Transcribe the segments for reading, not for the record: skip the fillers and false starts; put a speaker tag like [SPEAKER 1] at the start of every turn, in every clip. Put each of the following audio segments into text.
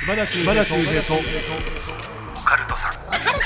[SPEAKER 1] 島田秀平とオカルトさん。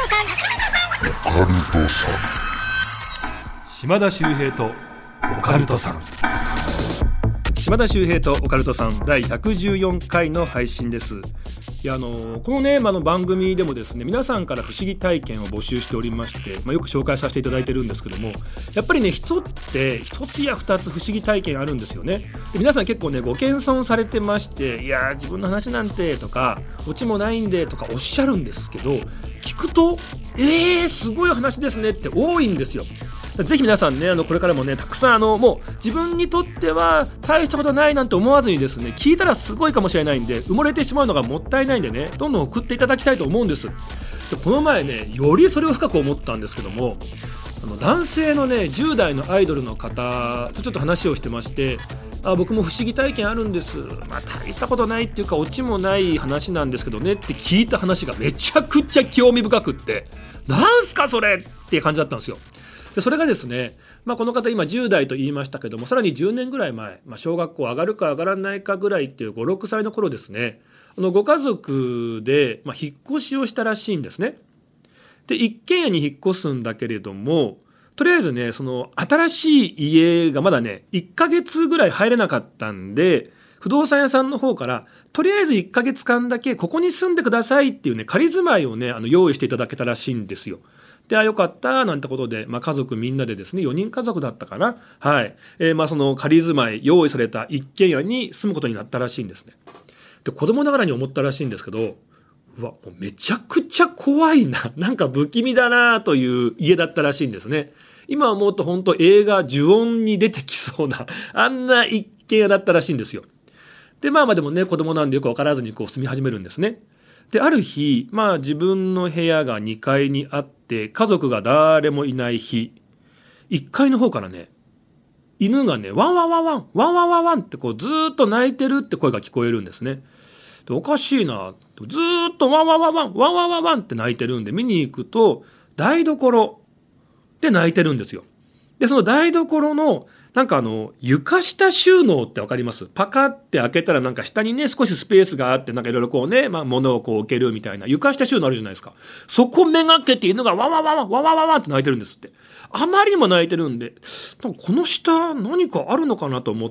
[SPEAKER 1] 島田秀平とオカルトさん。島田秀平とオカルトさん第114回の配信です。このね、番組でもですね、皆さんから不思議体験を募集しておりまして、よく紹介させていただいてるんですけども、やっぱりね、人って一つや二つ不思議体験あるんですよね。で皆さん結構ねご謙遜されてまして、いや自分の話なんてとかオチもないんでとかおっしゃるんですけど、聞くとすごい話ですねって多いんですよ。ぜひ皆さんね、これからもねたくさんもう自分にとっては大したことないなんて思わずにですね、聞いたらすごいかもしれないんで埋もれてしまうのがもったいないんでね、どんどん送っていただきたいと思うんです。でこの前ね、よりそれを深く思ったんですけども、男性のね10代のアイドルの方とちょっと話をしてまして、僕も不思議体験あるんです、大したことないっていうかオチもない話なんですけどねって聞いた話がめちゃくちゃ興味深くって、なんすかそれっていう感じだったんですよ。でそれがですね、この方今10代と言いましたけども、さらに10年ぐらい前、小学校上がるか上がらないかぐらいっていう 5,6 歳の頃ですね、ご家族で、引っ越しをしたらしいんですね。で一軒家に引っ越すんだけれども、とりあえずねその新しい家がまだね1ヶ月ぐらい入れなかったんで、不動産屋さんの方からとりあえず1ヶ月間だけここに住んでくださいっていうね仮住まいをね用意していただけたらしいんですよ。でよかったなんてことで、家族みんなでですね、4人家族だったかな、はい、その仮住まい用意された一軒家に住むことになったらしいんですね。で子供ながらに思ったらしいんですけど、もうめちゃくちゃ怖いな、なんか不気味だなという家だったらしいんですね。今思うと本当映画呪怨に出てきそうなあんな一軒家だったらしいんですよ。ででもね子供なんでよく分からずに住み始めるんですね。である日、自分の部屋が2階にあって家族が誰もいない日、1階の方からね犬がねワンワンワンワンワンワンワンワンってずっと鳴いてるって声が聞こえるんですね。でおかしいな、ずっとワンワンワンワンワンワンワンワンって鳴いてるんで見に行くと台所で鳴いてるんですよ。でその台所の床下収納って分かります？パカって開けたら下にね少しスペースがあっていろいろ物を置けるみたいな床下収納あるじゃないですか。そこめがけて犬がワンワンワンワンワンワンワンワンって鳴いてるんですって。あまりにも鳴いてるんで、この下何かあるのかなと思って、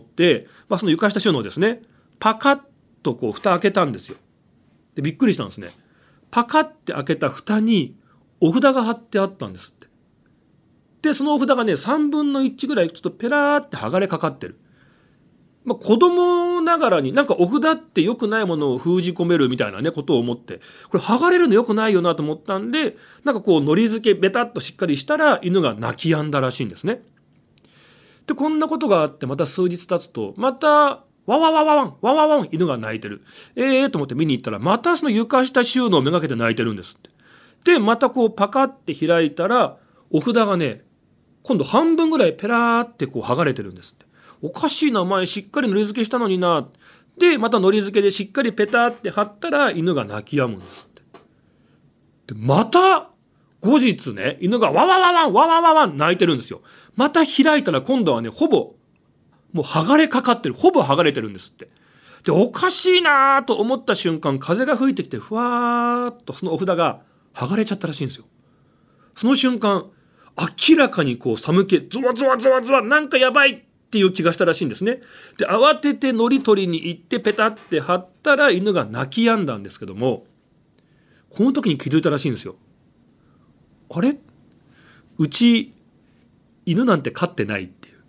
[SPEAKER 1] その床下収納ですね、パカッと蓋開けたんですよ。でびっくりしたんですね。パカッて開けた蓋にお札が貼ってあったんですって。でそのお札がね3分の1ぐらいちょっとペラーって剥がれかかってる。子供ながらにお札って良くないものを封じ込めるみたいなねことを思って、これ剥がれるの良くないよなと思ったんで、のり付けベタッとしっかりしたら犬が泣き止んだらしいんですね。でこんなことがあってまた数日経つとまたワンワンワンワンワンワンワンワン犬が泣いてる。と思って見に行ったらまたその床下収納をめがけて泣いてるんですって。でまたパカって開いたらお札がね今度半分ぐらいペラーって剥がれてるんですって。おかしいな、前しっかりのり付けしたのにな。でまたのり付けでしっかりペタって貼ったら犬が泣き止むんですって。でまた後日ね犬がワンワンワンワンワンワンワンワン泣いてるんですよ。また開いたら今度はねほぼもう剥がれかかってる、ほぼ剥がれてるんですって。でおかしいなと思った瞬間、風が吹いてきてふわーっとそのお札が剥がれちゃったらしいんですよ。その瞬間明らかに寒気ゾワゾワゾワゾワなんかやばいっていう気がしたらしいんですね。で慌ててのり取りに行ってペタって貼ったら犬が泣き止んだんですけども、この時に気づいたらしいんですよ。あれ、うち犬なんて飼ってないっていう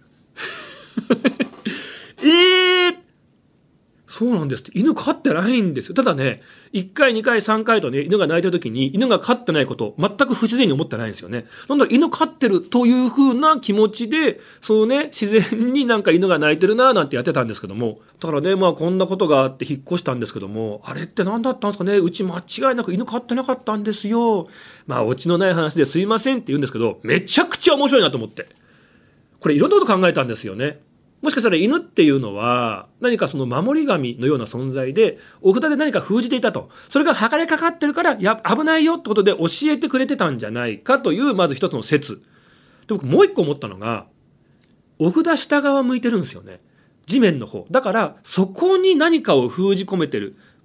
[SPEAKER 1] そうなんですって、犬飼ってないんですよ。ただね1回2回3回とね犬が泣いてる時に犬が飼ってないこと全く不自然に思ってないんですよね。なんだろう、犬飼ってるという風な気持ちで自然に犬が泣いてるななんてやってたんですけども、だからねこんなことがあって引っ越したんですけども、あれって何だったんですかね、うち間違いなく犬飼ってなかったんですよ。オチのない話ですいませんって言うんですけど、めちゃくちゃ面白いなと思って、これいろんなこと考えたんですよね。もしかしたら犬っていうのは何かその守り神のような存在で、お札で何か封じていたと、それが剥がれかかってるから危ないよってことで教えてくれてたんじゃないかというまず一つの説で、僕もう一個思ったのが、お札下側向いてるんですよね、地面の方だから、そこに何かを封じ込めてる、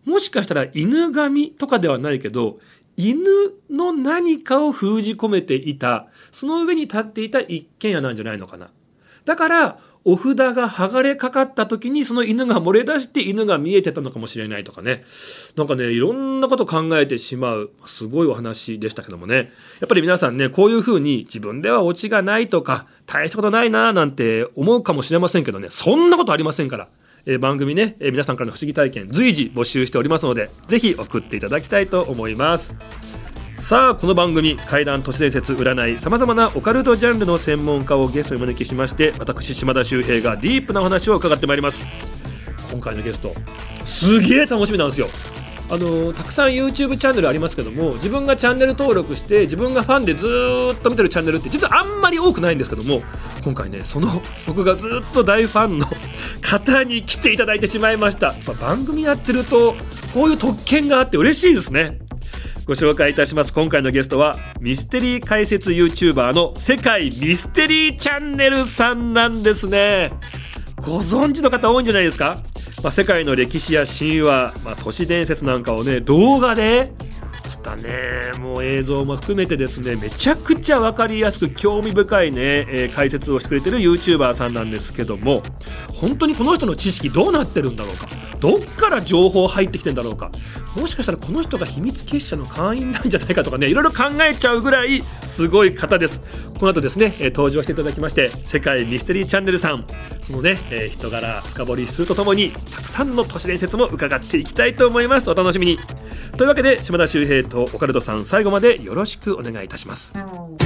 [SPEAKER 1] もしかしたら犬神とかではないけど、犬の何かを封じ込めていた、その上に立っていた一軒家なんじゃないのかな。だからお札が剥がれかかった時にその犬が漏れ出して犬が見えてたのかもしれないとかね。なんかね、いろんなこと考えてしまうすごいお話でしたけどもね。やっぱり皆さんね、こういうふうに自分ではオチがないとか大したことないななんて思うかもしれませんけどね、そんなことありませんから。番組ね、皆さんからの不思議体験随時募集しておりますので、ぜひ送っていただきたいと思います。さあ、この番組怪談都市伝説占いさまざまなオカルトジャンルの専門家をゲストにお招きしまして、私島田秀平がディープなお話を伺ってまいります。今回のゲストすげえ楽しみなんですよ。たくさん YouTube チャンネルありますけども、自分がチャンネル登録して自分がファンでずっと見てるチャンネルって実はあんまり多くないんですけども、今回ね、その僕がずっと大ファンの方に来ていただいてしまいました。番組やってるとこういう特権があって嬉しいですね。ご紹介いたします。今回のゲストはミステリー解説 YouTuber の世界ミステリーチャンネルさんなんですね。ご存知の方多いんじゃないですか。世界の歴史や神話、都市伝説なんかをね、動画でまたね、もう映像も含めてですね、めちゃくちゃ分かりやすく興味深いね、解説をしてくれてる YouTuber さんなんですけども、本当にこの人の知識どうなってるんだろうか、どっから情報入ってきてんだろうか、もしかしたらこの人が秘密結社の会員なんじゃないかとかね、いろいろ考えちゃうぐらいすごい方です。この後ですね、登場していただきまして、世界ミステリーチャンネルさん、そのね、人柄深掘りするとともにたくさんの都市伝説も伺っていきたいと思います。お楽しみに。というわけで、島田秀平とオカルトさん、最後までよろしくお願いいたします。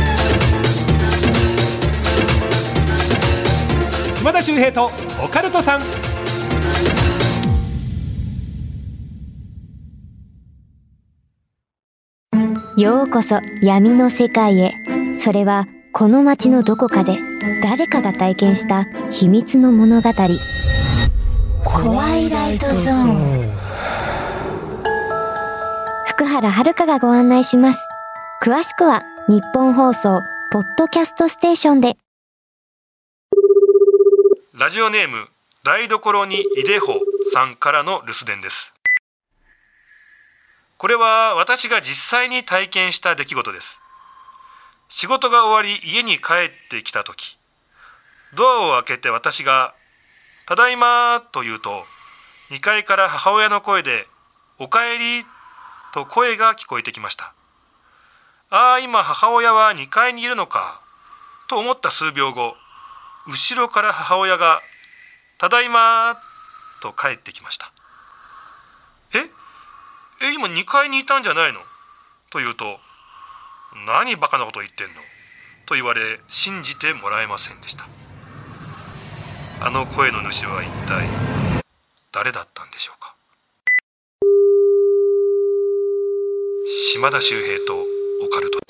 [SPEAKER 1] 島田秀平とオカルトさん。
[SPEAKER 2] ようこそ闇の世界へ。それはこの街のどこかで誰かが体験した秘密の物語。コワイライトゾーン。福原遥がご案内します。詳しくは日本放送ポッドキャストステーションで。
[SPEAKER 1] ラジオネーム台所にいでほさんからの留守電です。これは私が実際に体験した出来事です。仕事が終わり家に帰ってきたとき、ドアを開けて私がただいまと言うと、2階から母親の声でおかえりと声が聞こえてきました。ああ、今母親は2階にいるのかと思った数秒後、後ろから母親がただいまと帰ってきました。今2階にいたんじゃないのと言うと、何バカなこと言ってんのと言われ、信じてもらえませんでした。あの声の主は一体誰だったんでしょうか。島田秀平とオカルト。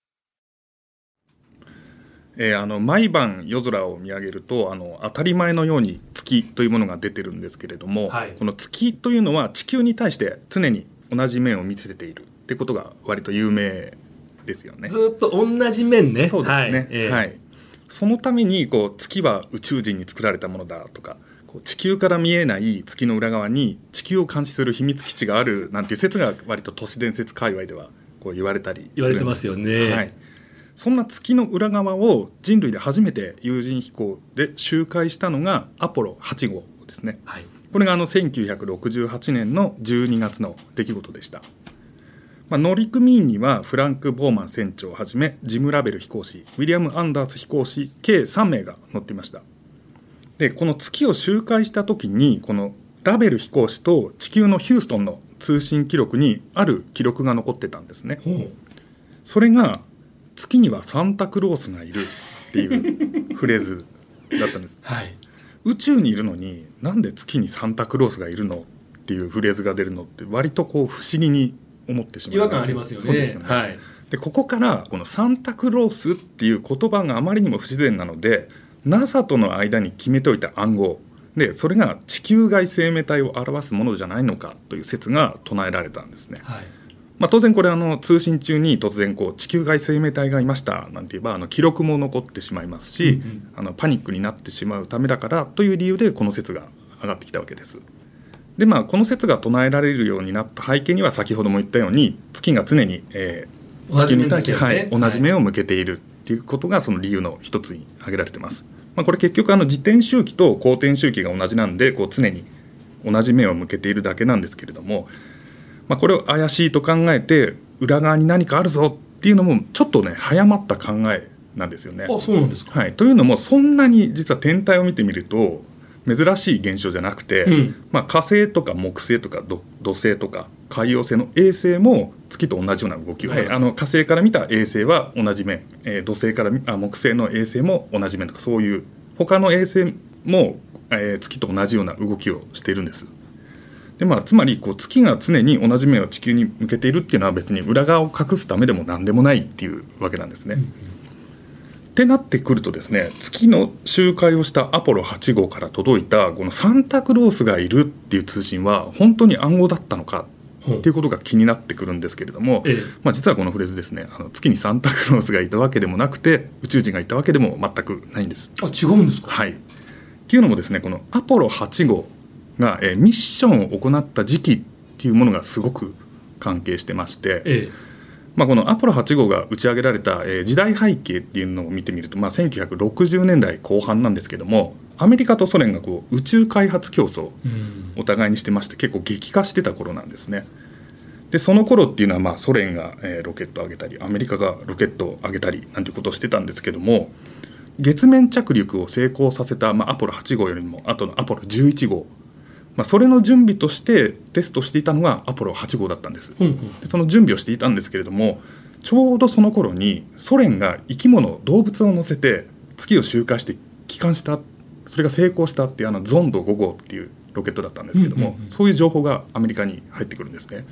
[SPEAKER 3] 毎晩夜空を見上げると当たり前のように月というものが出てるんですけれども、この月というのは地球に対して常に同じ面を見せているってことが割と有名ですよね。
[SPEAKER 1] ずっと同じ面ね。
[SPEAKER 3] そうですね、そのために月は宇宙人に作られたものだとか、地球から見えない月の裏側に地球を監視する秘密基地があるなんていう説が割と都市伝説界隈では言われたりするんです。
[SPEAKER 1] 言われてますよね、
[SPEAKER 3] そんな月の裏側を人類で初めて有人飛行で周回したのがアポロ8号ですね、これが1968年の12月の出来事でした。乗組員にはフランク・ボーマン船長をはじめジム・ラベル飛行士、ウィリアム・アンダース飛行士計3名が乗っていました。でこの月を周回した時に、このラベル飛行士と地球のヒューストンの通信記録にある記録が残ってたんですね。それが月にはサンタクロースがいるっていうフレーズだったんです、宇宙にいるのになんで月にサンタクロースがいるのっていうフレーズが出るのって割と不思議に思ってしまいます。
[SPEAKER 1] 違和感ありますよね。
[SPEAKER 3] そうですよね、でここからこのサンタクロースっていう言葉があまりにも不自然なので NASA との間に決めておいた暗号で、それが地球外生命体を表すものじゃないのかという説が唱えられたんですね。当然これ通信中に突然地球外生命体がいましたなんて言えば記録も残ってしまいますし、パニックになってしまうためだからという理由でこの説が上がってきたわけです。 でこの説が唱えられるようになった背景には先ほども言ったように月が常に、地球に対して、同じ目を向けているっていうことがその理由の一つに挙げられてます。これ結局自転周期と公転周期が同じなんで常に同じ目を向けているだけなんですけれども、これを怪しいと考えて裏側に何かあるぞっていうのもちょっとね早まった考えなんですよね。
[SPEAKER 1] あ、そうなんですか。
[SPEAKER 3] はい、というのもそんなに実は天体を見てみると珍しい現象じゃなくて、火星とか木星とか土星とか海王星の衛星も月と同じような動きを、火星から見た衛星は同じ目、土星から木星の衛星も同じ目とか、そういう他の衛星も、月と同じような動きをしているんです。でつまり月が常に同じ目を地球に向けているっていうのは別に裏側を隠すためでも何でもないっていうわけなんですね。ってなってくるとですね、月の周回をしたアポロ8号から届いたこのサンタクロースがいるっていう通信は本当に暗号だったのかっていうことが気になってくるんですけれども、実はこのフレーズですね、月にサンタクロースがいたわけでもなくて宇宙人がいたわけでも全くないんです。
[SPEAKER 1] あ、違うんですか。
[SPEAKER 3] はい。っていうのもですね、このアポロ8号が、ミッションを行った時期っていうものがすごく関係してまして、このアポロ8号が打ち上げられた、時代背景っていうのを見てみると、1960年代後半なんですけども、アメリカとソ連が宇宙開発競争をお互いにしてまして、結構激化してた頃なんですね。でその頃っていうのは、ソ連が、ロケットを上げたりアメリカがロケットを上げたりなんていうことをしてたんですけども、月面着陸を成功させた、アポロ8号よりも後のアポロ11号、それの準備としてテストしていたのがアポロ8号だったんです。でその準備をしていたんですけれども、ちょうどその頃にソ連が生き物動物を乗せて月を周回して帰還した、それが成功したっていうゾンド5号っていうロケットだったんですけども、そういう情報がアメリカに入ってくるんですね。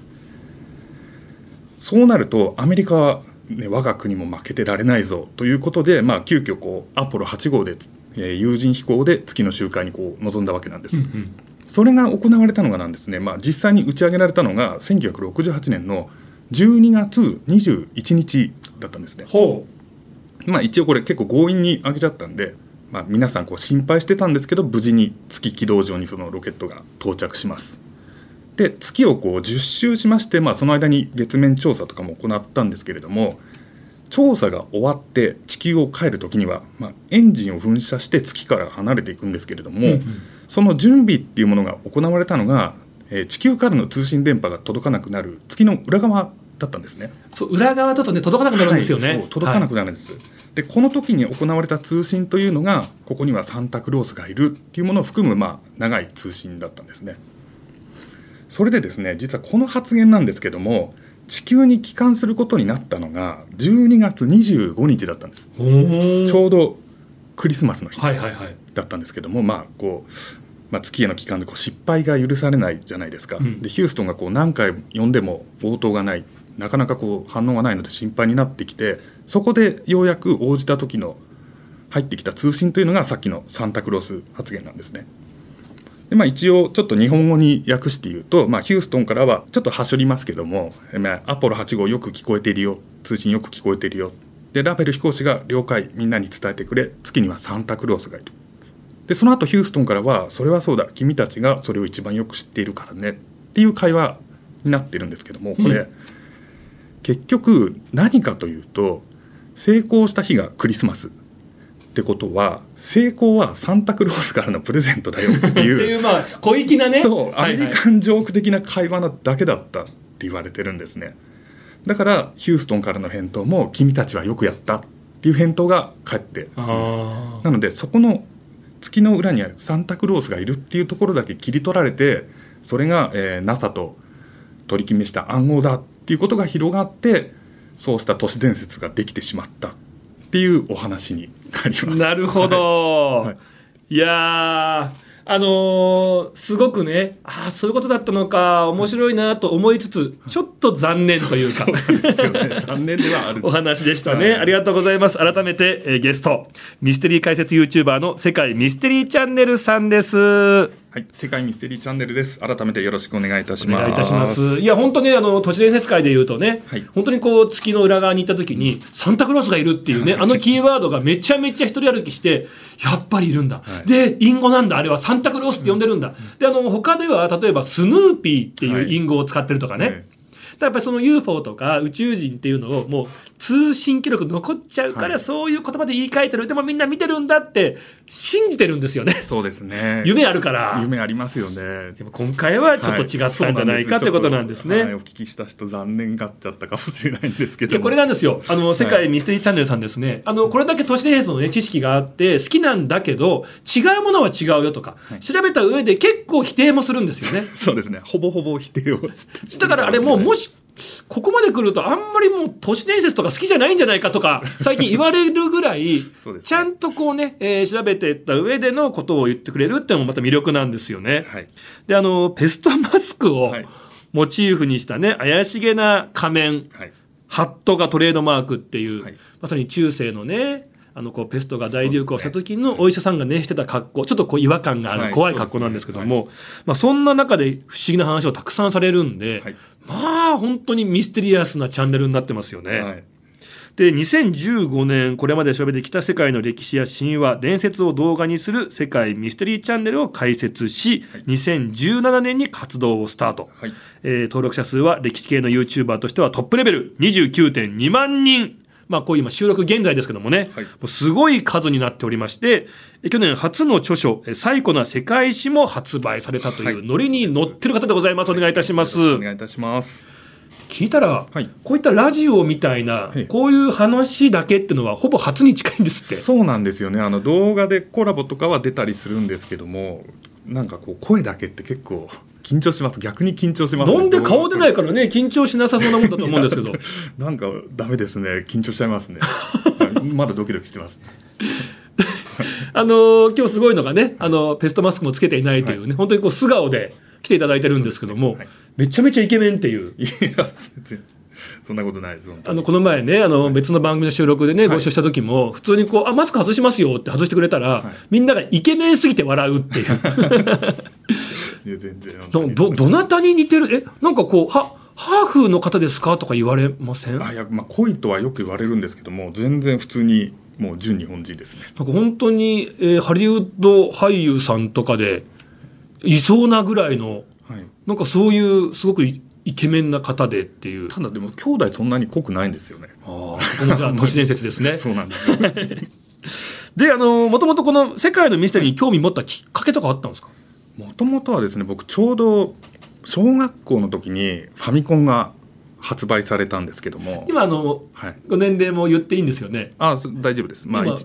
[SPEAKER 3] そうなるとアメリカは、我が国も負けてられないぞということで、急遽アポロ8号で、有人飛行で月の周回に臨んだわけなんです。それが行われたのがなんですね、実際に打ち上げられたのが1968年の12月21日だったんですね。一応これ結構強引に上げちゃったんで、皆さん心配してたんですけど、無事に月軌道上にそのロケットが到着します。で月を10周しまして、その間に月面調査とかも行ったんですけれども、調査が終わって地球を帰る時には、エンジンを噴射して月から離れていくんですけれども、その準備っていうものが行われたのが、地球からの通信電波が届かなくなる月の裏側だったんですね。
[SPEAKER 1] そう、裏側だとね届かなくなるんですよね。
[SPEAKER 3] そう、届かなくなるんです。でこの時に行われた通信というのが、ここにはサンタクロースがいるっていうものを含む、長い通信だったんですね。それでですね、実はこの発言なんですけども、地球に帰還することになったのが12月25日だったんです。ちょうどクリスマスの日だったんですけども、月への帰還で失敗が許されないじゃないですか。でヒューストンが何回呼んでも応答がない、なかなか反応がないので心配になってきて、そこでようやく応じた時の入ってきた通信というのがさっきのサンタクロース発言なんですね。で一応ちょっと日本語に訳して言うと、ヒューストンからはちょっとはしょりますけども、アポロ8号よく聞こえているよ、通信よく聞こえているよ、でラベル飛行士が了解、みんなに伝えてくれ、月にはサンタクロースがいる。でその後ヒューストンからは、それはそうだ、君たちがそれを一番よく知っているからねっていう会話になってるんですけども、これ、結局何かというと、成功した日がクリスマスってことは、成功はサンタクロースからのプレゼントだよっていう
[SPEAKER 1] っていう小粋なね、
[SPEAKER 3] そうアメリカンジョーク的な会話なだけだったって言われてるんですね。だからヒューストンからの返答も、君たちはよくやったっていう返答が返ってなので、そこの月の裏にはサンタクロースがいるっていうところだけ切り取られて、それが、NASA と取り決めした暗号だっていうことが広がって、そうした都市伝説ができてしまったっていうお話になります。
[SPEAKER 1] なるほど、いやすごくね、そういうことだったのか、面白いなと思いつつ、ちょっと残念というか
[SPEAKER 3] そうですよね、残念ではある
[SPEAKER 1] お話でしたね、ありがとうございます。改めて、ゲストミステリー解説 YouTuber の世界ミステリーチャンネルさんです。
[SPEAKER 3] はい、世界ミステリーチャンネルです。改めてよろしくお願いいたします。
[SPEAKER 1] お願いいたします。いや本当ね、都市伝説界でいうとね、はい、本当にこう月の裏側に行った時にサンタクロースがいるっていうね、キーワードがめちゃめちゃ一人歩きしてやっぱりいるんだ、はい、で隠語なんだ、あれはサンタクロースって呼んでるんだ、で他では例えばスヌーピーっていう隠語を使ってるとかね、はい、やっぱりその UFO とか宇宙人っていうのをもう通信記録残っちゃうから、そういう言葉で言い換えてる、でもみんな見てるんだって信じてるんですよね。
[SPEAKER 3] そうですね、
[SPEAKER 1] 夢あるから。
[SPEAKER 3] 夢ありますよね。
[SPEAKER 1] でも今回はちょっと違ったんじゃないかということなんですね。
[SPEAKER 3] お聞きした人残念がっちゃったかもしれないんですけども、
[SPEAKER 1] いやこれなんですよ、世界ミステリーチャンネルさんですね、これだけ都市伝説の、ね、知識があって好きなんだけど違うものは違うよとか、調べた上で結構否定もするんですよね。
[SPEAKER 3] そうですね、ほぼほぼ否定をして
[SPEAKER 1] だからあれもしここまで来るとあんまりもう都市伝説とか好きじゃないんじゃないかとか最近言われるぐらいちゃんとこうね、調べていった上でのことを言ってくれるっていうのもまた魅力なんですよね、はい、でペストマスクをモチーフにしたね怪しげな仮面、はい、ハットがトレードマークっていう、はい、まさに中世のねこうペストが大流行した時のお医者さんがねしてた格好、ちょっとこう違和感がある怖い格好なんですけども、そんな中で不思議な話をたくさんされるんで、まあ本当にミステリアスなチャンネルになってますよね、で2015年これまで調べてきた世界の歴史や神話伝説を動画にする世界ミステリーチャンネルを開設し、2017年に活動をスタート、登録者数は歴史系の YouTuber としてはトップレベル 29.2 万人、こういう今収録現在ですけどもね、もうすごい数になっておりまして、去年初の著書最古な世界史も発売されたというノリに乗ってる方でございます。お願いいたします。
[SPEAKER 3] お願いいたします。
[SPEAKER 1] 聞いたら、こういったラジオみたいな、こういう話だけっていうのはほぼ初に近いんですって。
[SPEAKER 3] そうなんですよね。動画でコラボとかは出たりするんですけども、なんかこう声だけって結構緊張します。逆に緊張します、ね、
[SPEAKER 1] なんで顔出ないからね、緊張しなさそうなもんだと思うんですけど
[SPEAKER 3] なんかダメですね、緊張しちゃいますねまだドキドキしてます
[SPEAKER 1] 今日すごいのがね、ペストマスクもつけていないというね、本当にこう素顔で来ていただいてるんですけども、めちゃめちゃイケメンっていう。
[SPEAKER 3] いや全然そんなことないです。
[SPEAKER 1] この前ね別の番組の収録でね、ご一緒した時も普通にこうマスク外しますよって外してくれたら、みんながイケメンすぎて笑うっていう
[SPEAKER 3] いや全然
[SPEAKER 1] どなたに似てる、なんかこうハーフの方ですかとか言われません？
[SPEAKER 3] いや、濃いとはよく言われるんですけども、全然普通にもう純日本人ですね。
[SPEAKER 1] なんか本当に、ハリウッド俳優さんとかでいそうなぐらいの、なんかそういうすごくイケメンな方でっていう。
[SPEAKER 3] ただでも兄弟そんなに濃くないんですよね。
[SPEAKER 1] じゃあ都市伝説ですね
[SPEAKER 3] そうなんですよ
[SPEAKER 1] でもともとこの世界のミステリーに興味持ったきっかけとかあったんですか？
[SPEAKER 3] もともとはですね、僕ちょうど小学校の時にファミコンが発売されたんですけども、
[SPEAKER 1] 今ご年齢も言っていいんですよね？
[SPEAKER 3] 大丈夫です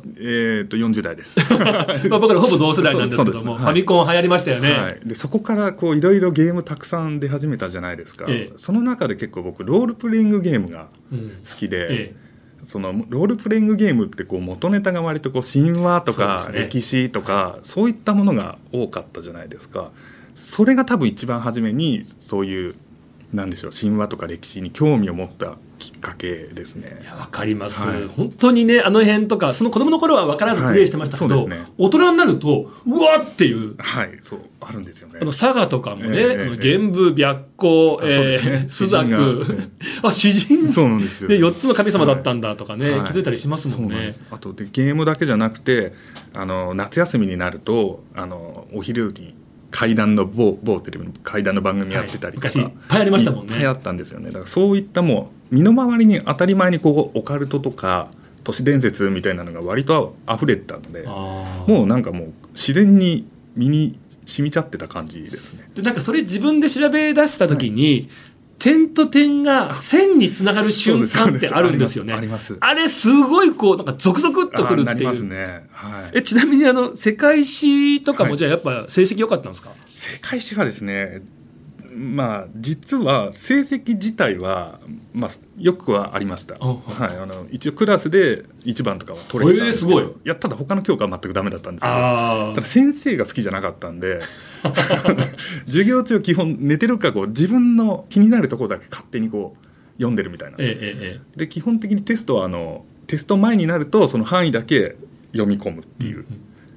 [SPEAKER 3] 。40代です
[SPEAKER 1] 僕らほぼ同世代なんですけども、ファミコン流行りましたよね、
[SPEAKER 3] でそこからこういろいろゲームたくさん出始めたじゃないですか、その中で結構僕ロールプレイングゲームが好きで、そのロールプレイングゲームってこう元ネタが割とこう神話とか歴史とかそういったものが多かったじゃないですか。それが多分一番初めにそういうなんでしょう、神話とか歴史に興味を持ったきっかけですね。
[SPEAKER 1] わかります、本当にね辺とかその子供の頃は分からずプレイしてましたけど、大人になるとうわっていう、
[SPEAKER 3] そうあるんですよね。
[SPEAKER 1] サガとかもね、玄武白虎、朱雀詩人
[SPEAKER 3] そうなんですよ、
[SPEAKER 1] 4つの神様だったんだとかね、気づいたりしますもんね。
[SPEAKER 3] あとでゲームだけじゃなくて夏休みになるとお昼に怪談の某テレビの怪談の番組やってたりとか、
[SPEAKER 1] 昔いっぱいありましたもんね。
[SPEAKER 3] いっぱいあったんですよね。だからそういったもう身の回りに当たり前にこうオカルトとか都市伝説みたいなのが割と溢れてたので、もうなんかもう自然に身に染みちゃってた感じですね。
[SPEAKER 1] でなんかそれ自分で調べ出した時に、点と点が線につながる瞬間ってあるんですよね。
[SPEAKER 3] あります。
[SPEAKER 1] あれすごいこうなんかゾクゾクっとくるっていう。
[SPEAKER 3] なりますね。
[SPEAKER 1] ちなみに世界史とかもじゃあやっぱ成績良かったんですか？
[SPEAKER 3] 世界史はですね、実は成績自体は、よくはありました。一応クラスで1番とかは取れてたんですけど、いやただ他の教科は全くダメだったんですけど、ただ先生が好きじゃなかったんで授業中基本寝てるかこう自分の気になるところだけ勝手にこう読んでるみたいな、で基本的にテストはテスト前になるとその範囲だけ読み込むっていう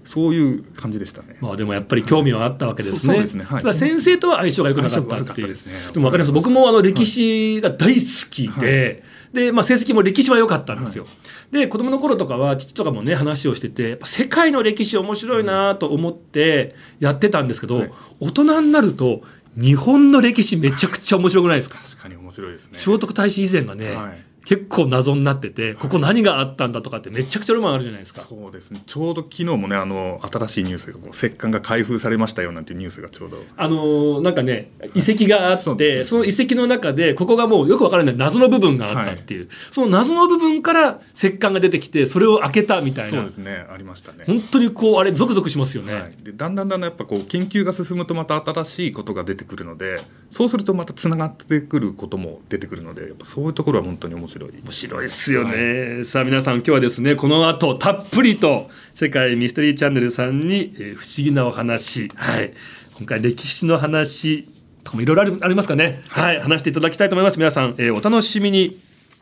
[SPEAKER 3] そういう感じでしたね。
[SPEAKER 1] でもやっぱり興味はあったわけですね。
[SPEAKER 3] そうですね、はい、
[SPEAKER 1] ただ先生とは相性が良くなかったっていう。でも分かります。僕も歴史が大好きで、で成績も歴史は良かったんですよ。で子供の頃とかは父とかもね話をしてて、やっぱ世界の歴史面白いなと思ってやってたんですけど、大人になると日本の歴史めちゃくちゃ面白くないですか。
[SPEAKER 3] 確かに面白いですね。聖
[SPEAKER 1] 徳太子以前がね、結構謎になってて、ここ何があったんだとかってめちゃくちゃロマンあるじゃないですか。
[SPEAKER 3] そうですね。ちょうど昨日もね新しいニュースが石棺が開封されましたよなんていうニュースがちょうど
[SPEAKER 1] なんかね遺跡があって、その遺跡の中でここがもうよくわからない謎の部分があったっていう、その謎の部分から石棺が出てきてそれを開けたみたいな。
[SPEAKER 3] そうですね、ありましたね。
[SPEAKER 1] 本当にあれゾクゾクしますよね。
[SPEAKER 3] でだんだんやっぱ研究が進むとまた新しいことが出てくるので、そうするとまたつながってくることも出てくるので、やっぱそういうところは本当に面白い
[SPEAKER 1] ですよね。さあ皆さん今日はですね、この後たっぷりと世界ミステリーチャンネルさんに、不思議なお話、今回歴史の話とかもいろいろありますかね、話していただきたいと思います。皆さん、お楽しみに。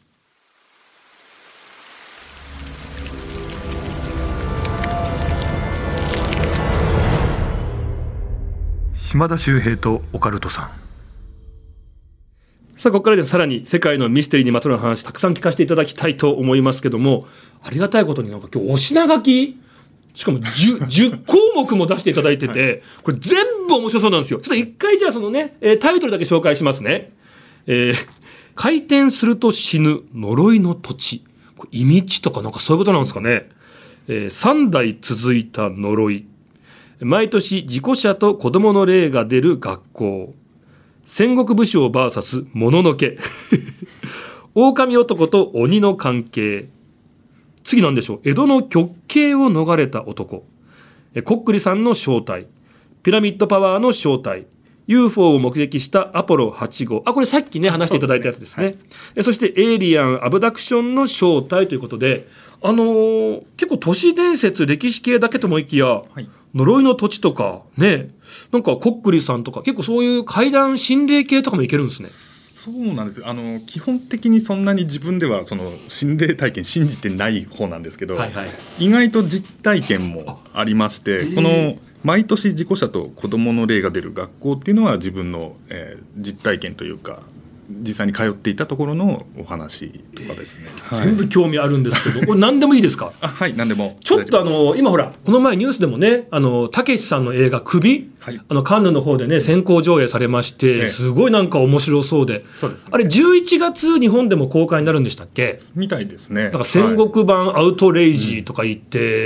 [SPEAKER 1] 島田秀平とオカルトさん。さあここからさらに世界のミステリーにまつわる話たくさん聞かせていただきたいと思いますけども、ありがたいことに今日お品書きしかも 10項目も出していただいてて、これ全部面白そうなんですよ。ちょっと一回じゃあそのね、タイトルだけ紹介しますね。回転すると死ぬ呪いの土地、これ意味地とかなんかそういうことなんですかね。3代続いた呪い、毎年事故者と子供の霊が出る学校、戦国武将 VS もののけ狼男と鬼の関係、次なんでしょう、江戸の極刑を逃れた男、こっくりさんの正体、ピラミッドパワーの正体、 UFO を目撃したアポロ8号、これさっきね話していただいたやつですね。そしてエイリアンアブダクションの正体ということで、結構都市伝説歴史系だけと思いきや、呪いの土地とかね、なんかこっくりさんとか結構そういう怪談心霊系とかもいけるんですね。
[SPEAKER 3] そうなんです。基本的にそんなに自分ではその心霊体験信じてない方なんですけど、意外と実体験もありまして、この毎年事故者と子どもの霊が出る学校っていうのは自分の、実体験というか実際に通っていたところのお話とかですね。
[SPEAKER 1] 全部興味あるんですけど、これ何でもいいですか？
[SPEAKER 3] 何でも。
[SPEAKER 1] ちょっと今ほらこの前ニュースでもね、たけしさんの映画首、カンヌの方でね先行上映されまして、すごいなんか面白そうで、
[SPEAKER 3] そうですね、
[SPEAKER 1] あれ11月日本でも公開になるんでしたっけ？
[SPEAKER 3] みたいですね。
[SPEAKER 1] だから戦国版アウトレイジとか言って、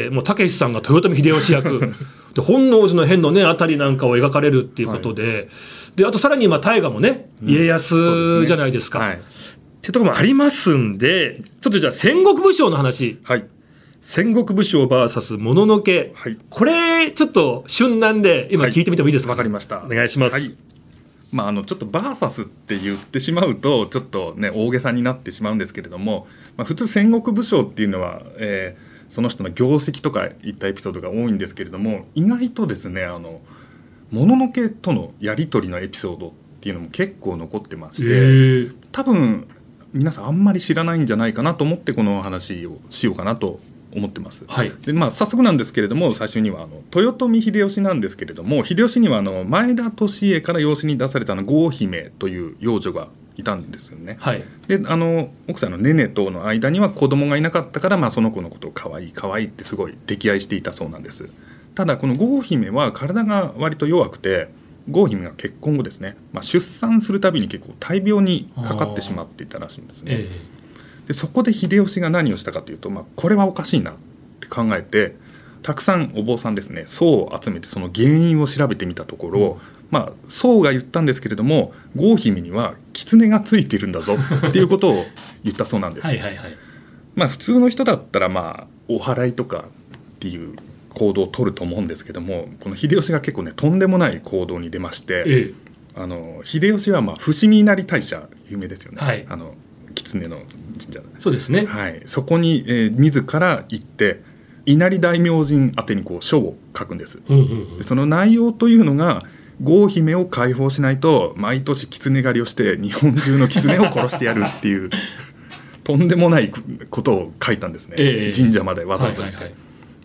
[SPEAKER 1] もうたけしさんが豊臣秀吉役で本能寺の変のねあたりなんかを描かれるっていうことで、であとさらに今大河もね家康じゃないですか、ってところもありますんで、ちょっとじゃあ戦国武将の話、戦国武将 VS もののけ、これちょっと旬なんで今聞いてみてもいいですか？
[SPEAKER 3] わかりました。
[SPEAKER 1] お願いします。
[SPEAKER 3] ちょっとバーサスって言ってしまうとちょっとね大げさになってしまうんですけれども、普通戦国武将っていうのは、その人の業績とかいったエピソードが多いんですけれども、意外とですねもののけとのやり取りのエピソードっていうのも結構残ってまして、多分皆さんあんまり知らないんじゃないかなと思ってこの話をしようかなと思ってます。で早速なんですけれども、最初には豊臣秀吉なんですけれども、秀吉には前田利家から養子に出された郷姫という養女がいたんですよね。で奥さんのネネとの間には子供がいなかったから、その子のことを可愛い可愛いってすごい溺愛していたそうなんです。ただこの郷姫は体が割と弱くて、郷姫が結婚後ですね、出産するたびに結構大病にかかってしまっていたらしいんですね。でそこで秀吉が何をしたかというと、これはおかしいなって考えて、たくさんお坊さんですね、僧を集めてその原因を調べてみたところ、僧が言ったんですけれども、郷姫には狐がついているんだぞっていうことを言ったそうなんです。普通の人だったらお祓いとかっていう行動を取ると思うんですけども、この秀吉が結構ねとんでもない行動に出まして、秀吉は伏見稲荷大社有名ですよね。狐の神社、
[SPEAKER 1] そうですね。
[SPEAKER 3] そこに、自ら行って稲荷大明神宛てに書を書くんです。でその内容というのが、郷姫を解放しないと毎年狐狩りをして日本中の狐を殺してやるっていうとんでもないことを書いたんですね。神社までわざわざ行って、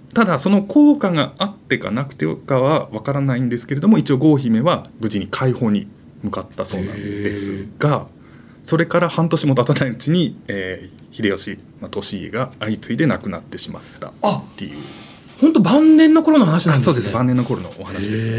[SPEAKER 3] ただその効果があってかなくてかは分からないんですけれども、一応郷姫は無事に解放に向かったそうなんですが、それから半年も経たないうちに、秀吉、利家が相次いで亡くなってしまったっていう。
[SPEAKER 1] 本当晩年の頃の話なんですね。
[SPEAKER 3] そうです、晩年の頃のお話です、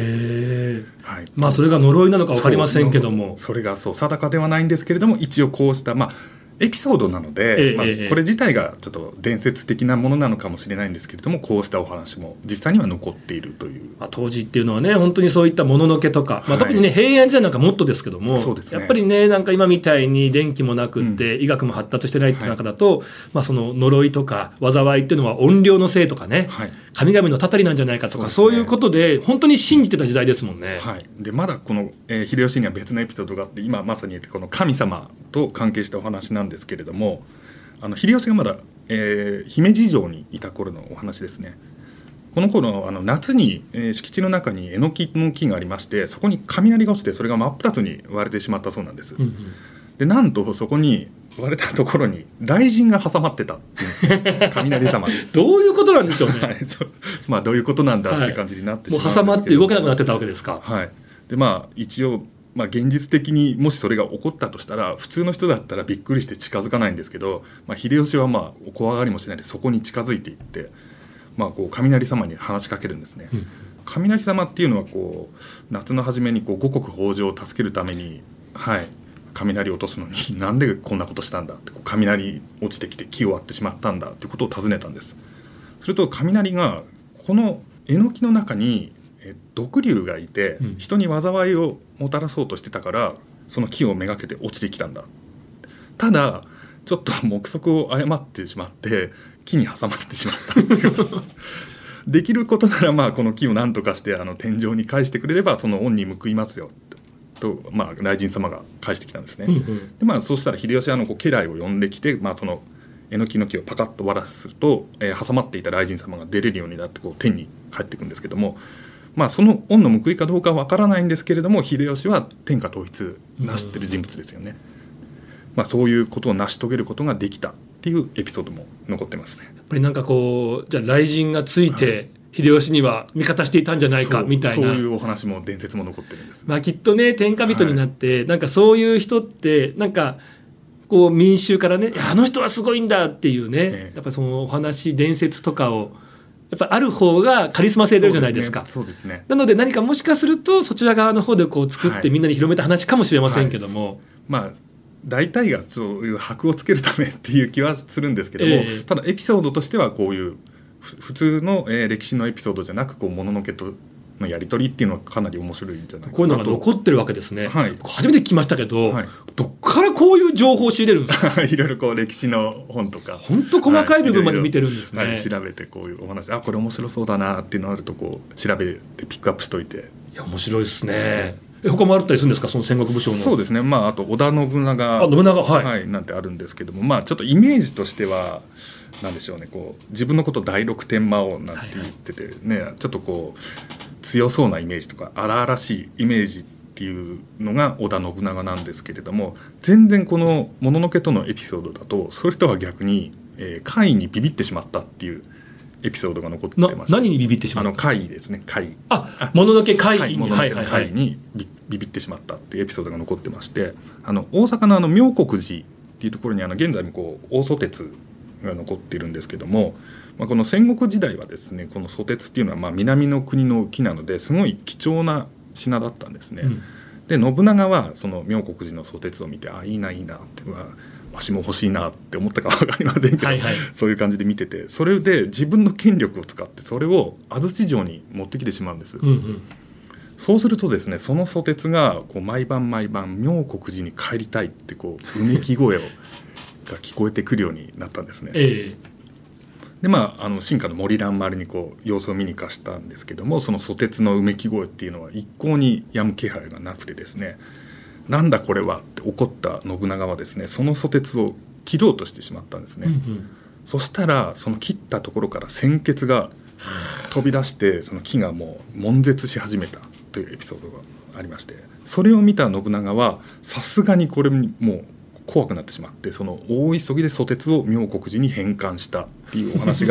[SPEAKER 3] はい。
[SPEAKER 1] それが呪いなのか分かりませんけども、
[SPEAKER 3] それが定かではないんですけれども、一応こうしたエピソードなので、これ自体がちょっと伝説的なものなのかもしれないんですけれども、こうしたお話も実際には残っているという、
[SPEAKER 1] 当時っていうのはね、本当にそういったもののけとか、特にね平安時代なんかもっとですけども、
[SPEAKER 3] そうですね、
[SPEAKER 1] やっぱりねなんか今みたいに電気もなくって、医学も発達してないっていう中だと、その呪いとか災いっていうのは怨霊のせいとかね、神々のたたりなんじゃないかとか、そういうことで本当に信じてた時代ですもんね。
[SPEAKER 3] でまだこの、秀吉には別のエピソードがあって、今まさに言ってこの神様と関係したお話なんですけれども、秀吉がまだ、姫路城にいた頃のお話ですね。この頃夏に、敷地の中にえのきの木がありまして、そこに雷が落ちてそれが真っ二つに割れてしまったそうなんです、でなんとそこに割れたところに雷神が挟まってたっていうんですね。雷様です
[SPEAKER 1] どういうことなんでしょうね。
[SPEAKER 3] どういうことなんだって感じになってしまうんですけど、
[SPEAKER 1] もう挟まって動けなくなってたわけですか。
[SPEAKER 3] で一応現実的にもしそれが起こったとしたら、普通の人だったらびっくりして近づかないんですけど、秀吉はお怖がりもしないでそこに近づいていって、こう雷様に話しかけるんですね、雷様っていうのはこう夏の初めにこう五穀豊穣を助けるために、雷を落とすのになんでこんなことしたんだって、こう雷落ちてきて木を割ってしまったんだっていうことを尋ねたんです。すると雷が、このえのきの中に毒竜がいて、人に災いをもたらそうとしてたからその木をめがけて落ちてきたんだ。ただちょっと目測を誤ってしまって木に挟まってしまったできることならこの木を何とかして天井に返してくれればその恩に報いますよと、雷神様が返してきたんですね、でそうしたら秀吉はこう家来を呼んできて、そのえのきの木をパカッと割らすと、挟まっていた雷神様が出れるようになってこう天に帰っていくんですけども、その恩の報いかどうかは分からないんですけれども、秀吉は天下統一なしてる人物ですよね。そういうことを成し遂げることができたっていうエピソードも残ってますね。
[SPEAKER 1] やっぱりなんかこうじゃあ雷神がついて、秀吉には味方していたんじゃないかみたいな、
[SPEAKER 3] そういうお話も伝説も残ってるんです、
[SPEAKER 1] きっとね天下人になって、なんかそういう人ってなんかこう民衆からね、あの人はすごいんだっていうね、やっぱりそのお話伝説とかをやっぱある方がカリスマ性出るじゃないですか。
[SPEAKER 3] そうですね。
[SPEAKER 1] なので何かもしかするとそちら側の方でこう作ってみんなに広めた話かもしれませんけども、
[SPEAKER 3] 大体がそういう箔をつけるためっていう気はするんですけども、ただエピソードとしてはこういう普通の、歴史のエピソードじゃなく、こう物のけとのやり取りっていうのはかなり面白いんじゃないかなと。
[SPEAKER 1] こういうのが残ってるわけですね、初めて聞きましたけど、どっからこういう情報を仕入れるんですか。
[SPEAKER 3] いろいろこう歴史の本とか
[SPEAKER 1] 本当細かい部分まで見てるんですね、
[SPEAKER 3] 調べてこういうお話、これ面白そうだなっていうのがあるとこう調べてピックアップしといて、
[SPEAKER 1] いや面白いですね、他もあったりするんですか、その戦国武将の。
[SPEAKER 3] そうですね、あと織田信長なんてあるんですけども、ちょっとイメージとしてはなんでしょうね、こう自分のこと第六天魔王なんて言っててね、ちょっとこう強そうなイメージとか荒々しいイメージっていうのが織田信長なんですけれども、全然このもののけとのエピソードだとそれとは逆に、怪異にビビってしまったっていうエピソードが残ってまして、
[SPEAKER 1] 何にビビってしまった？
[SPEAKER 3] 怪異ですね、怪異、
[SPEAKER 1] もののけ怪異に、
[SPEAKER 3] 怪異にビビってしまったっていうエピソードが残ってまして、大阪の妙国寺っていうところに現在もこう大蘇鉄が残っているんですけども、この戦国時代はですね、この蘇鉄っていうのは南の国の木なのですごい貴重な品だったんですね、で信長はその妙国寺の蘇鉄を見て、いいないいなって、わしも欲しいなって思ったか分かりませんけど、そういう感じで見てて、それで自分の権力を使ってそれを安土城に持ってきてしまうんです、そうするとですね、その蘇鉄がこう毎晩毎晩妙国寺に帰りたいってこううめき声が聞こえてくるようになったんですね、で進化の森蘭丸にこう様子を見に行かしたんですけども、その蘇鉄のうめき声っていうのは一向に止む気配がなくてですね、なんだこれはって怒った信長はですね、その蘇鉄を切ろうとしてしまったんですね、そしたらその切ったところから鮮血が飛び出して、その木がもう悶絶し始めたというエピソードがありまして、それを見た信長はさすがにこれにもう怖くなってしまって、その大急ぎで蘇鉄を妙国寺に返還したっていうお話が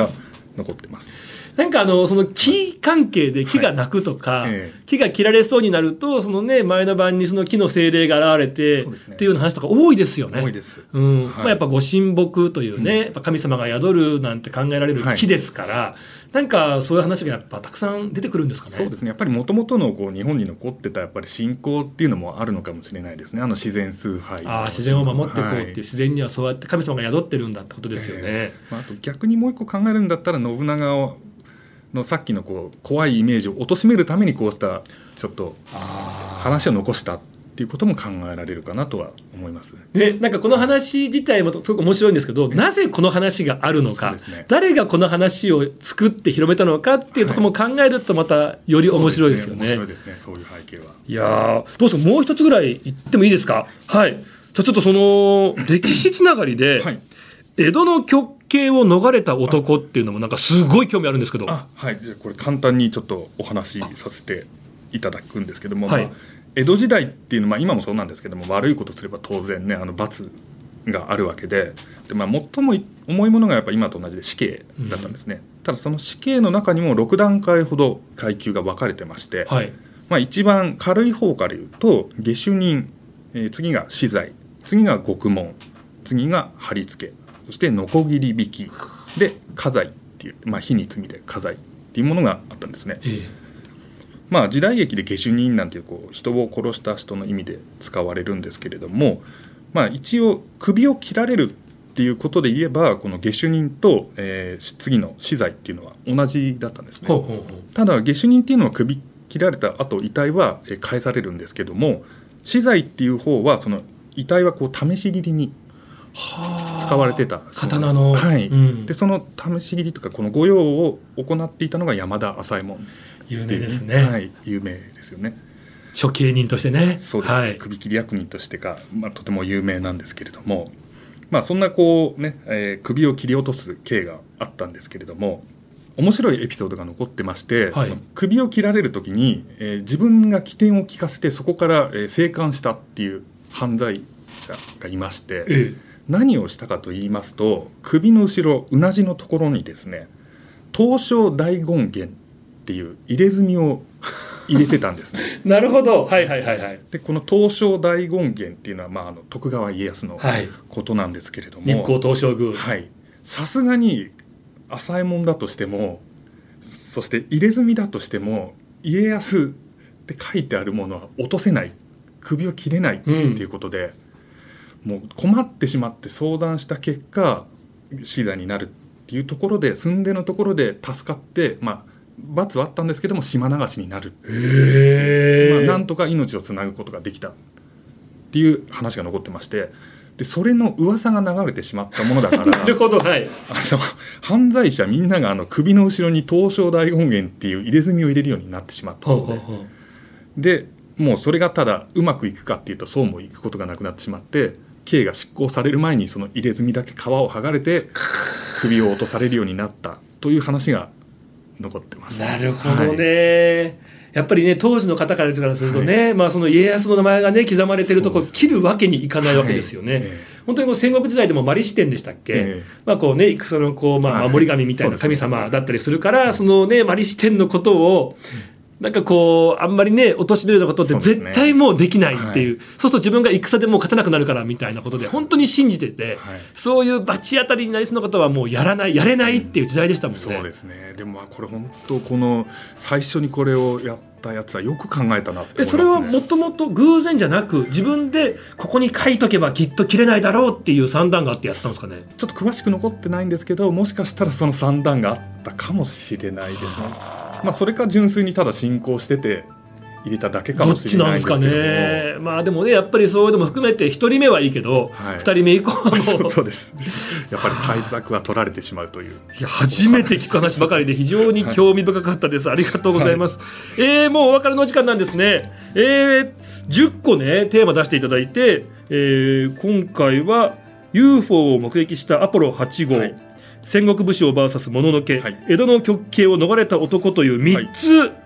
[SPEAKER 3] 残ってます。
[SPEAKER 1] なんかその木関係で木が鳴くとか、木が切られそうになるとその、ね、前の晩にその木の精霊が現れて、っていうような話とか多いですよね。
[SPEAKER 3] 多いです、
[SPEAKER 1] やっぱご神木というね、やっぱ神様が宿るなんて考えられる木ですから、なんかそういう話がやっぱたくさん出てくるんですかね。
[SPEAKER 3] そうですね、やっぱりもともとの日本に残ってたやっぱり信仰っていうのもあるのかもしれないですね。自然崇拝、
[SPEAKER 1] 自然を守っていこうっていう、自然にはそうやって神様が宿ってるんだってことですよね。
[SPEAKER 3] あと逆にもう一個考えるんだったら、信長のさっきの怖いイメージを貶めるためにこうしたちょっと話を残したっていうことも考えられるかなとは思います。
[SPEAKER 1] でなんかこの話自体もすごく面白いんですけど、なぜこの話があるのか、誰がこの話を作って広めたのかっていうところも考えるとまたより面白いですよね。面白いですね、そういう背景は。いやどうですか、もう一つぐらい言ってもいいですか。はい、じゃあちょっとその歴史つながりで、江戸の極刑を逃れた男っていうのもなんかすごい興味あるんですけど。じゃ
[SPEAKER 3] あこれ簡単にちょっとお話しさせていただくんですけども、江戸時代っていうのは、今もそうなんですけども、悪いことすれば当然ね罰があるわけで、最も重いものがやっぱ今と同じで死刑だったんですね。ただその死刑の中にも6段階ほど階級が分かれてまして、一番軽い方から言うと下手人、次が死罪、次が獄門、次が貼り付け、そしてノコギリ引きで家罪っていう、火に罪で家罪っていうものがあったんですね。時代劇で下手人なんていう人を殺した人の意味で使われるんですけれども、一応首を切られるっていうことで言えば、この下手人と、次の死罪っていうのは同じだったんですね。ただ下手人っていうのは首切られた後遺体は返されるんですけども、死罪っていう方はその遺体は試し切りに使われてた
[SPEAKER 1] 刀の、
[SPEAKER 3] でその試し切りとかこの御用を行っていたのが山田朝右衛門、
[SPEAKER 1] 有名ですね。
[SPEAKER 3] 有名ですよね。
[SPEAKER 1] 処刑人としてね。
[SPEAKER 3] そうです、首切り役人としてか、とても有名なんですけれども、そんな首を切り落とす刑があったんですけれども、面白いエピソードが残ってまして、その首を切られる時に、自分が機転を利かせてそこから、生還したっていう犯罪者がいまして、何をしたかと言いますと、首の後ろうなじのところにですね、東照大権現っていう入れ墨を入れてたんですね。
[SPEAKER 1] なるほど、
[SPEAKER 3] でこの東照大権現っていうのは、徳川家康のことなんですけれども、
[SPEAKER 1] 日光東照宮、
[SPEAKER 3] さすがに朝右衛門だとしても、そして入れ墨だとしても、家康って書いてあるものは落とせない、首を切れないっていうことで、もう困ってしまって相談した結果死罪になるっていうところで、住んでのところで助かって、罰はあったんですけども島流しになる、なんとか命をつなぐことができたっていう話が残ってまして、でそれの噂が流れてしまったものだから
[SPEAKER 1] なるほど、
[SPEAKER 3] 犯罪者みんなが首の後ろに東照大権現っていう入れ墨を入れるようになってしまったそうで、もうそれがただうまくいくかっていうとそうもいくことがなくなってしまって、刑が執行される前にその入れ墨だけ皮を剥がれて首を落とされるようになったという話が残ってます。
[SPEAKER 1] なるほどね、やっぱりね、当時の方からするとね、その家康の名前がね刻まれてるとこ切るわけにいかないわけですよね。本当に戦国時代でも摩利支天でしたっけ、戦の守り神みたいな神様だったりするから、そのね摩利支天のことをなんかあんまりね貶めるようなことって絶対もうできないっていう、そうすると自分が戦でもう勝てなくなるからみたいなことで本当に信じてて、そういう罰当たりになりそうなことはもうやれないっていう時代でしたもんね。
[SPEAKER 3] そうですね。でもこれ本当この最初にこれをやったやつはよく考えたなって思いますね。
[SPEAKER 1] それはもともと偶然じゃなく、自分でここに書いとけばきっと切れないだろうっていう算段があってやったんですかね。
[SPEAKER 3] ちょっと詳しく残ってないんですけど、もしかしたらその算段があったかもしれないですね。それか純粋にただ信仰してて入れただけかもしれないですけども、どっちなん
[SPEAKER 1] ですかね。でもね、やっぱりそういうのも含めて1人目はいいけど、2人目以降はもう
[SPEAKER 3] そうですやっぱり対策は取られてしまうという。
[SPEAKER 1] 初めて聞く話ばかりで非常に興味深かったです。ありがとうございます。もうお別れの時間なんですね。10個ねテーマ出していただいて、今回は UFO を目撃したアポロ8号、戦国武将 VS もののけ、江戸の極刑を逃れた男という3つ、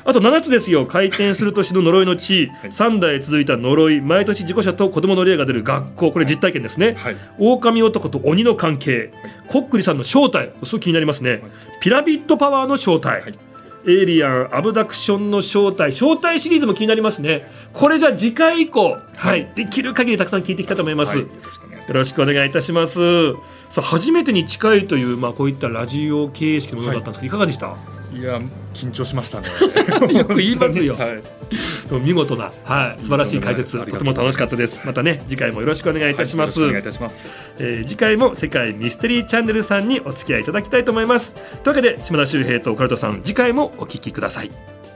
[SPEAKER 1] あと7つですよ。回転する年の呪いの地、はい、3代続いた呪い、毎年事故者と子供の霊が出る学校、これ実体験ですね、はい、狼男と鬼の関係、はい、こっくりさんの正体、すごく気になりますね、はい、ピラミッドパワーの正体、はい、エイリアンアブダクションの正体シリーズも気になりますね。これじゃあ次回以降、はい、できる限りたくさん聞いていきたいと思います、はい、よろしくお願いいたします。さあ初めてに近いという、こういったラジオ形式のものだったんですが、いかがでした？
[SPEAKER 3] いや緊張しましたね
[SPEAKER 1] よく言いますよ、はい、見事な、はい、素晴らしい解説、とても楽しかったです。またね次回もよろしくお願いいたします、
[SPEAKER 3] はい、よろしくお願いいたします。
[SPEAKER 1] 次回も世界ミステリーチャンネルさんにお付き合いいただきたいと思います。というわけで島田秀平とオカルトさん、次回もお聞きください。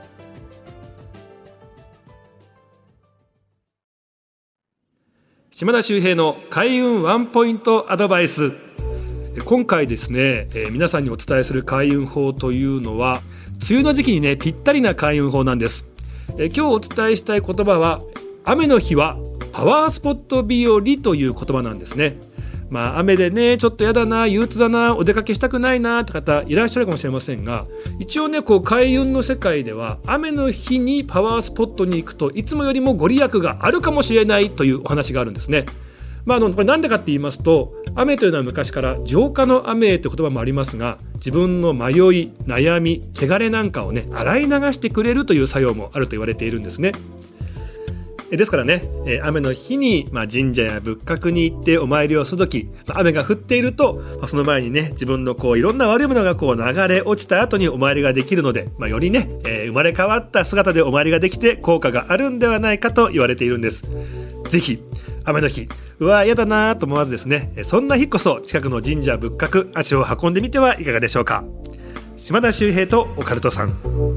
[SPEAKER 1] 島田秀平の開運ワンポイントアドバイス。今回ですね、皆さんにお伝えする開運法というのは梅雨の時期にねぴったりな開運法なんです。今日お伝えしたい言葉は雨の日はパワースポット日和という言葉なんですね。雨でねちょっとやだな、憂鬱だな、お出かけしたくないなって方いらっしゃるかもしれませんが、一応ねこう開運の世界では雨の日にパワースポットに行くといつもよりもご利益があるかもしれないというお話があるんですね。これなんでかって言いますと、雨というのは昔から浄化の雨という言葉もありますが、自分の迷い、悩み、汚れなんかをね洗い流してくれるという作用もあると言われているんですね。ですからね、雨の日に、神社や仏閣に行ってお参りをするとき、雨が降っていると、その前にね自分のいろんな悪いものが流れ落ちた後にお参りができるので、よりね、生まれ変わった姿でお参りができて効果があるんではないかと言われているんです。ぜひ雨の日、うわ嫌だなと思わずですね、そんな日こそ近くの神社仏閣足を運んでみてはいかがでしょうか。島田秀平とオカルトさん。